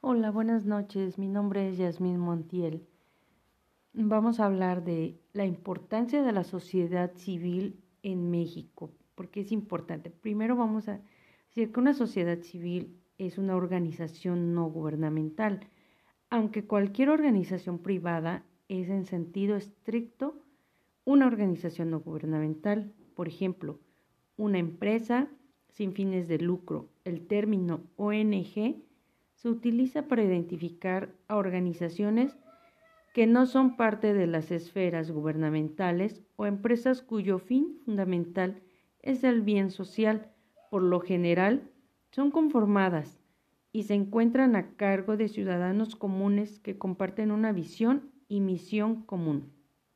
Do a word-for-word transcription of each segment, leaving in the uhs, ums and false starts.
Hola, buenas noches. Mi nombre es Yasmín Montiel. Vamos a hablar de la importancia de la sociedad civil en México. ¿Por qué es importante? Primero vamos a decir que una sociedad civil es una organización no gubernamental, aunque cualquier organización privada es en sentido estricto una organización no gubernamental. Por ejemplo, una empresa sin fines de lucro. El término O N G se utiliza para identificar a organizaciones que no son parte de las esferas gubernamentales o empresas cuyo fin fundamental es el bien social. Por lo general, son conformadas y se encuentran a cargo de ciudadanos comunes que comparten una visión y misión común,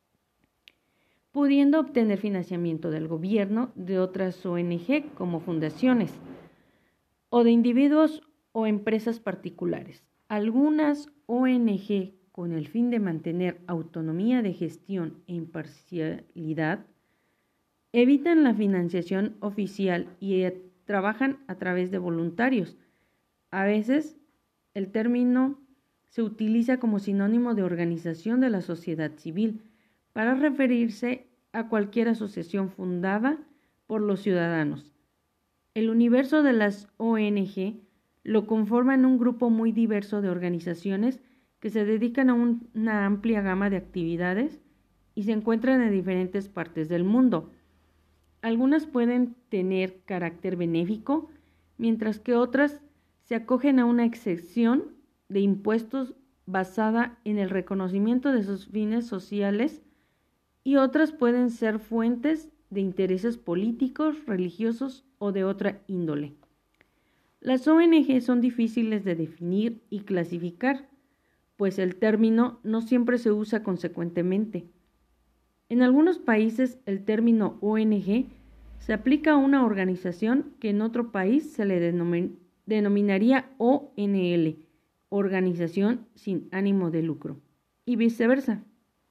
pudiendo obtener financiamiento del gobierno, de otras O N G como fundaciones o de individuos o empresas particulares. Algunas O N G, con el fin de mantener autonomía de gestión e imparcialidad, evitan la financiación oficial y eh, trabajan a través de voluntarios. A veces, el término se utiliza como sinónimo de organización de la sociedad civil para referirse a cualquier asociación fundada por los ciudadanos. El universo de las O N G lo conforman un grupo muy diverso de organizaciones que se dedican a un, una amplia gama de actividades y se encuentran en diferentes partes del mundo. Algunas pueden tener carácter benéfico, mientras que otras se acogen a una exención de impuestos basada en el reconocimiento de sus fines sociales, y otras pueden ser fuentes de intereses políticos, religiosos o de otra índole. Las O N G son difíciles de definir y clasificar, pues el término no siempre se usa consecuentemente. En algunos países el término O N G se aplica a una organización que en otro país se le denomin- denominaría O N L, organización sin ánimo de lucro, y viceversa.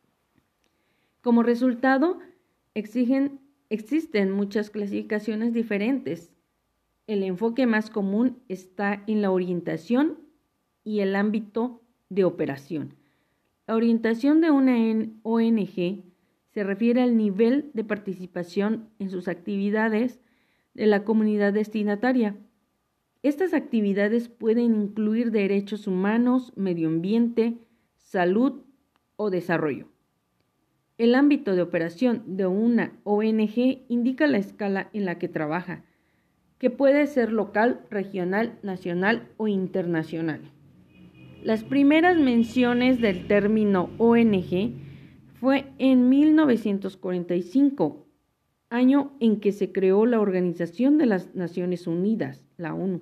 Como resultado, exigen, existen muchas clasificaciones diferentes. El enfoque más común está en la orientación y el ámbito de operación. La orientación de una O N G se refiere al nivel de participación en sus actividades de la comunidad destinataria. Estas actividades pueden incluir derechos humanos, medio ambiente, salud o desarrollo. El ámbito de operación de una O N G indica la escala en la que trabaja, que puede ser local, regional, nacional o internacional. Las primeras menciones del término O N G fue en mil novecientos cuarenta y cinco, año en que se creó la Organización de las Naciones Unidas, la ONU.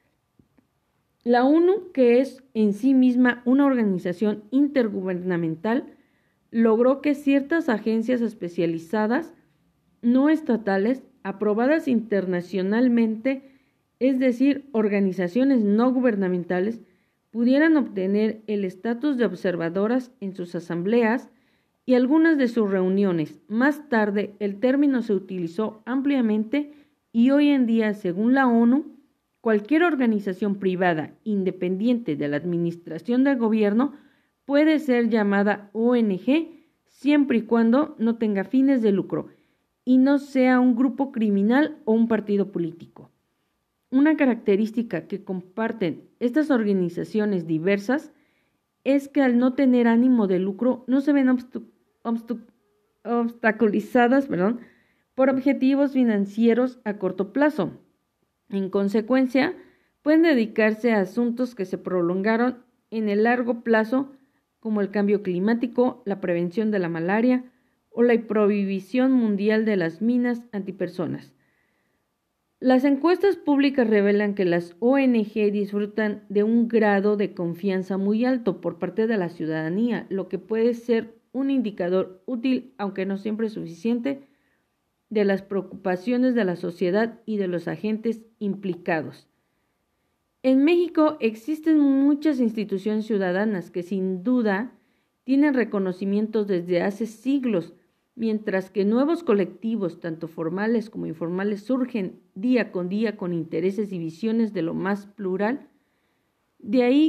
La ONU, que es en sí misma una organización intergubernamental, logró que ciertas agencias especializadas no estatales, aprobadas internacionalmente, es decir, organizaciones no gubernamentales, pudieran obtener el estatus de observadoras en sus asambleas y algunas de sus reuniones. Más tarde, el término se utilizó ampliamente y hoy en día, según la ONU, cualquier organización privada independiente de la administración del gobierno puede ser llamada O N G siempre y cuando no tenga fines de lucro y no sea un grupo criminal o un partido político. Una característica que comparten estas organizaciones diversas es que al no tener ánimo de lucro no se ven obstu- obstu- obstaculizadas perdón, por objetivos financieros a corto plazo. En consecuencia, pueden dedicarse a asuntos que se prolongaron en el largo plazo, como el cambio climático, la prevención de la malaria o la prohibición mundial de las minas antipersonas. Las encuestas públicas revelan que las O N G disfrutan de un grado de confianza muy alto por parte de la ciudadanía, lo que puede ser un indicador útil, aunque no siempre suficiente, de las preocupaciones de la sociedad y de los agentes implicados. En México existen muchas instituciones ciudadanas que sin duda tienen reconocimientos desde hace siglos, mientras que nuevos colectivos, tanto formales como informales, surgen día con día con intereses y visiones de lo más plural. De ahí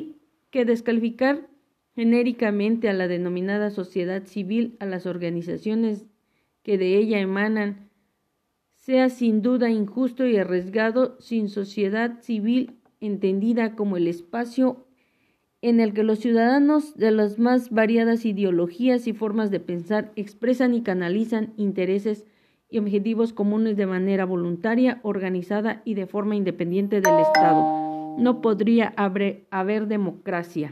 que descalificar genéricamente a la denominada sociedad civil, a las organizaciones que de ella emanan, sea sin duda injusto y arriesgado. Sin sociedad civil, entendida como el espacio en el que los ciudadanos de las más variadas ideologías y formas de pensar expresan y canalizan intereses y objetivos comunes de manera voluntaria, organizada y de forma independiente del Estado, no podría haber, haber democracia.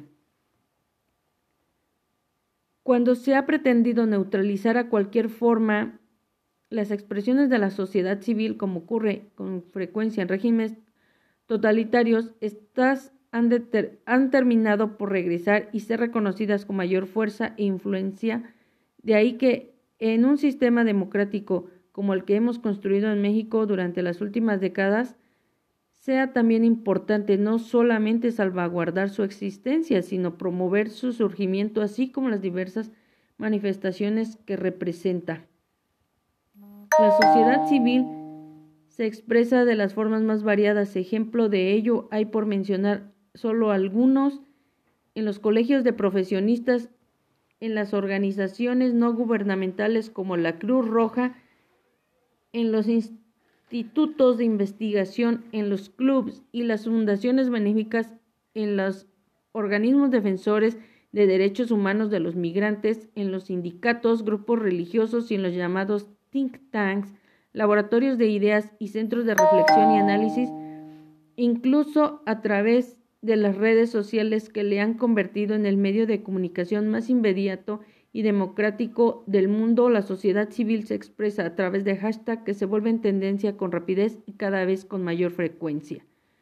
Cuando se ha pretendido neutralizar a cualquier forma las expresiones de la sociedad civil, como ocurre con frecuencia en regímenes totalitarios, estas han, ter han terminado por regresar y ser reconocidas con mayor fuerza e influencia. De ahí que en un sistema democrático como el que hemos construido en México durante las últimas décadas, sea también importante no solamente salvaguardar su existencia, sino promover su surgimiento, así como las diversas manifestaciones que representa. La sociedad civil se expresa de las formas más variadas. Ejemplo de ello hay, por mencionar solo algunos, en los colegios de profesionistas, en las organizaciones no gubernamentales como la Cruz Roja, en los institutos de investigación, en los clubes y las fundaciones benéficas, en los organismos defensores de derechos humanos de los migrantes, en los sindicatos, grupos religiosos y en los llamados think tanks, laboratorios de ideas y centros de reflexión y análisis, incluso a través de las redes sociales que le han convertido en el medio de comunicación más inmediato y democrático del mundo. La sociedad civil se expresa a través de hashtags que se vuelven tendencia con rapidez y cada vez con mayor frecuencia.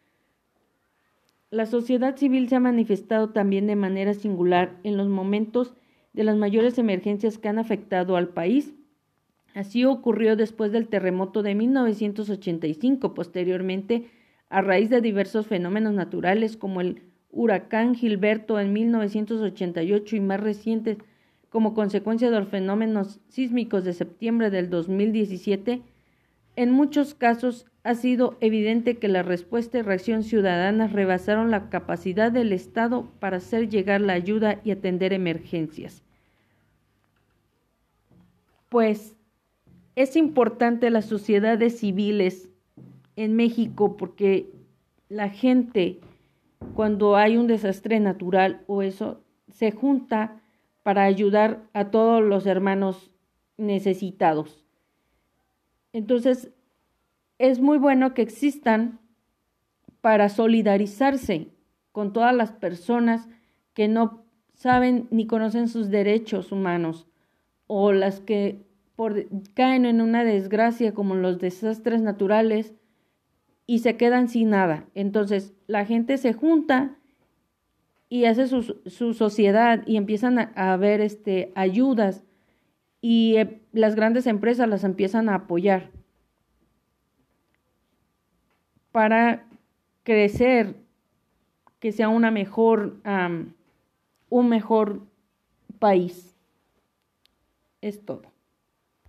La sociedad civil se ha manifestado también de manera singular en los momentos de las mayores emergencias que han afectado al país. Así ocurrió después del terremoto de mil novecientos ochenta y cinco, posteriormente a raíz de diversos fenómenos naturales como el huracán Gilberto en mil novecientos ochenta y ocho y más recientes como consecuencia de los fenómenos sísmicos de septiembre del dos mil diecisiete. En muchos casos ha sido evidente que la respuesta y reacción ciudadanas rebasaron la capacidad del Estado para hacer llegar la ayuda y atender emergencias. Pues es importante las sociedades civiles en México porque la gente, cuando hay un desastre natural o eso, se junta para ayudar a todos los hermanos necesitados. Entonces, es muy bueno que existan para solidarizarse con todas las personas que no saben ni conocen sus derechos humanos o las que por, caen en una desgracia como los desastres naturales y se quedan sin nada. Entonces, la gente se junta y hace su, su sociedad y empiezan a, a ver este, ayudas y eh, las grandes empresas las empiezan a apoyar para crecer, que sea una mejor, um, un mejor país. Es todo.